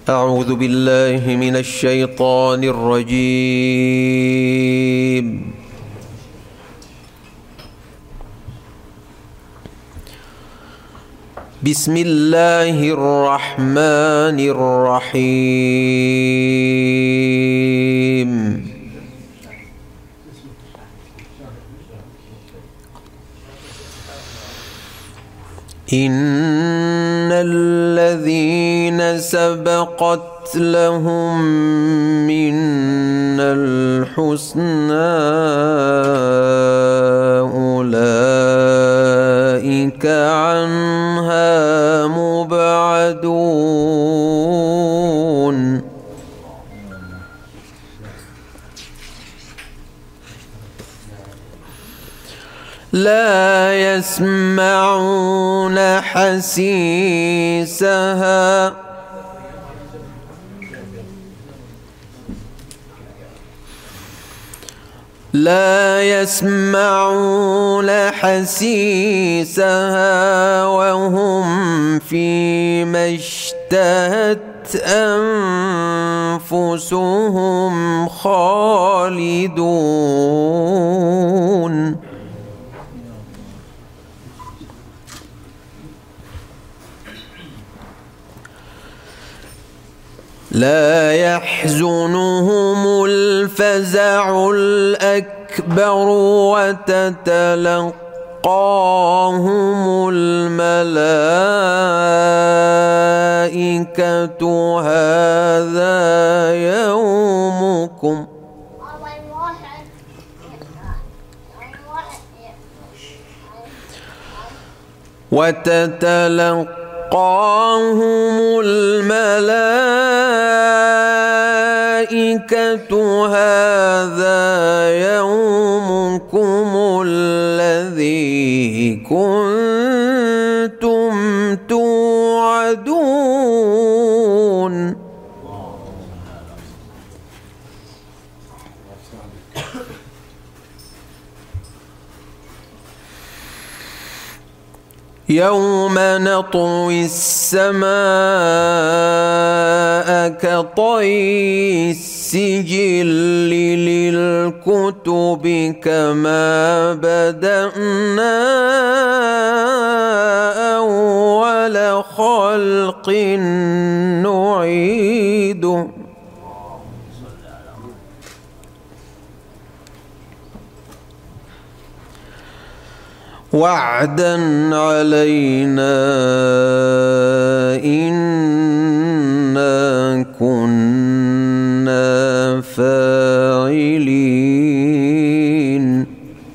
أعوذ بالله من الشيطان الرجيم. بسم الله الرحمن الرحيم. إن الذين سبقت لهم منا الحسنى أولئك عنها مبعدون. لا يسمعون حسيسها وهم فيما اشتهت أنفسهم خالدون. لا يحزنهم الفزع الأكبر وتتلقاهم الملائكة هذا يومكم الذي كنتم توعدون. يوم نطوي السماء كطي السجل للكتب كما بدأنا أول خلق نعيده. وعدا علينا إنا كنا فاعلين.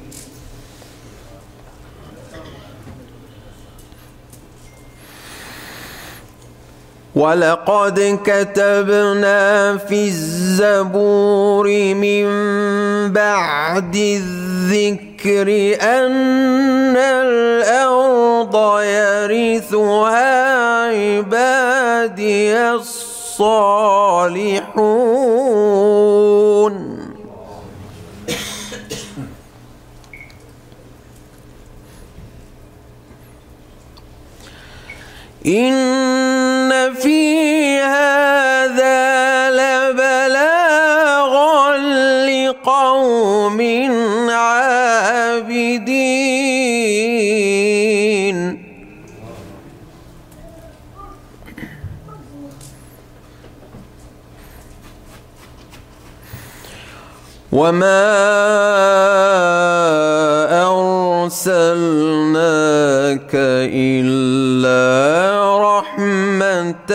ولقد كتبنا في الزبور من بعد الذكر أن الأرض يرثها عبادي الصالحون. إن في هذا لبلاغا لقوم عابدين. وما أرسلناك إلا رحمة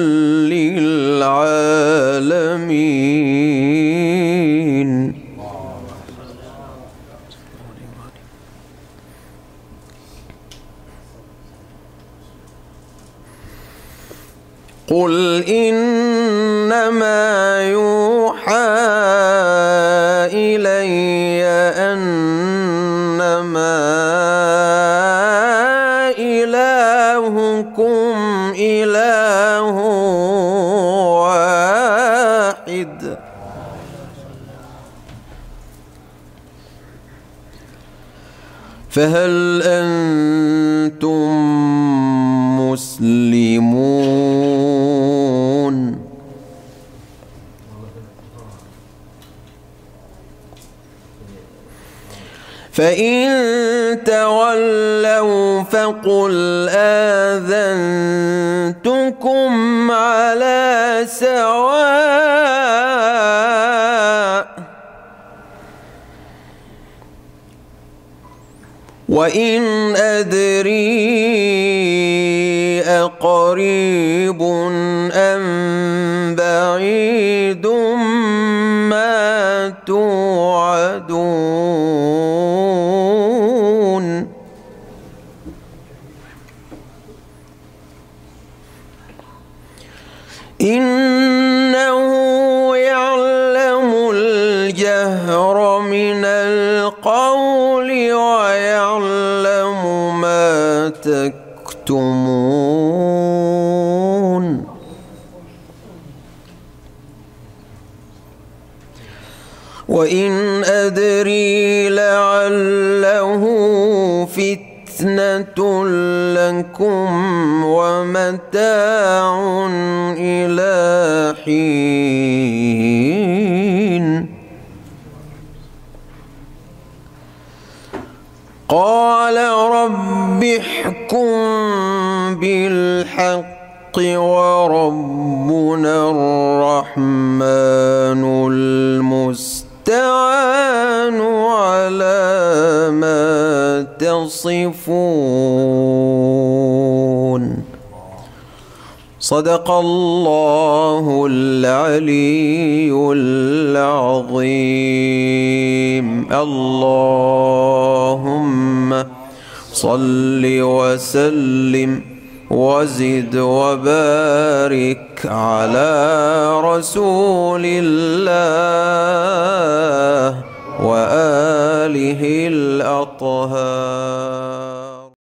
للعالمين. قل إنما يوحى إلي أنما إلهكم إله واحد فهل أنتم مسلمون؟ فإن تولوا فقل آذنتكم على سواء وإن أدري أقريب أم بعيد ما توعدون إنه يعلم الجهر من القول ويعلم ما تكتمون وإن أدري لعله فتنة لكم ومتاع إلى حين قال رب احكم بالحق وربنا الرحمن المستعان على ما تصفون صدق الله العلي العظيم. اللهم صل وسلم وزد وبارك على رسول الله وآله الأطهار.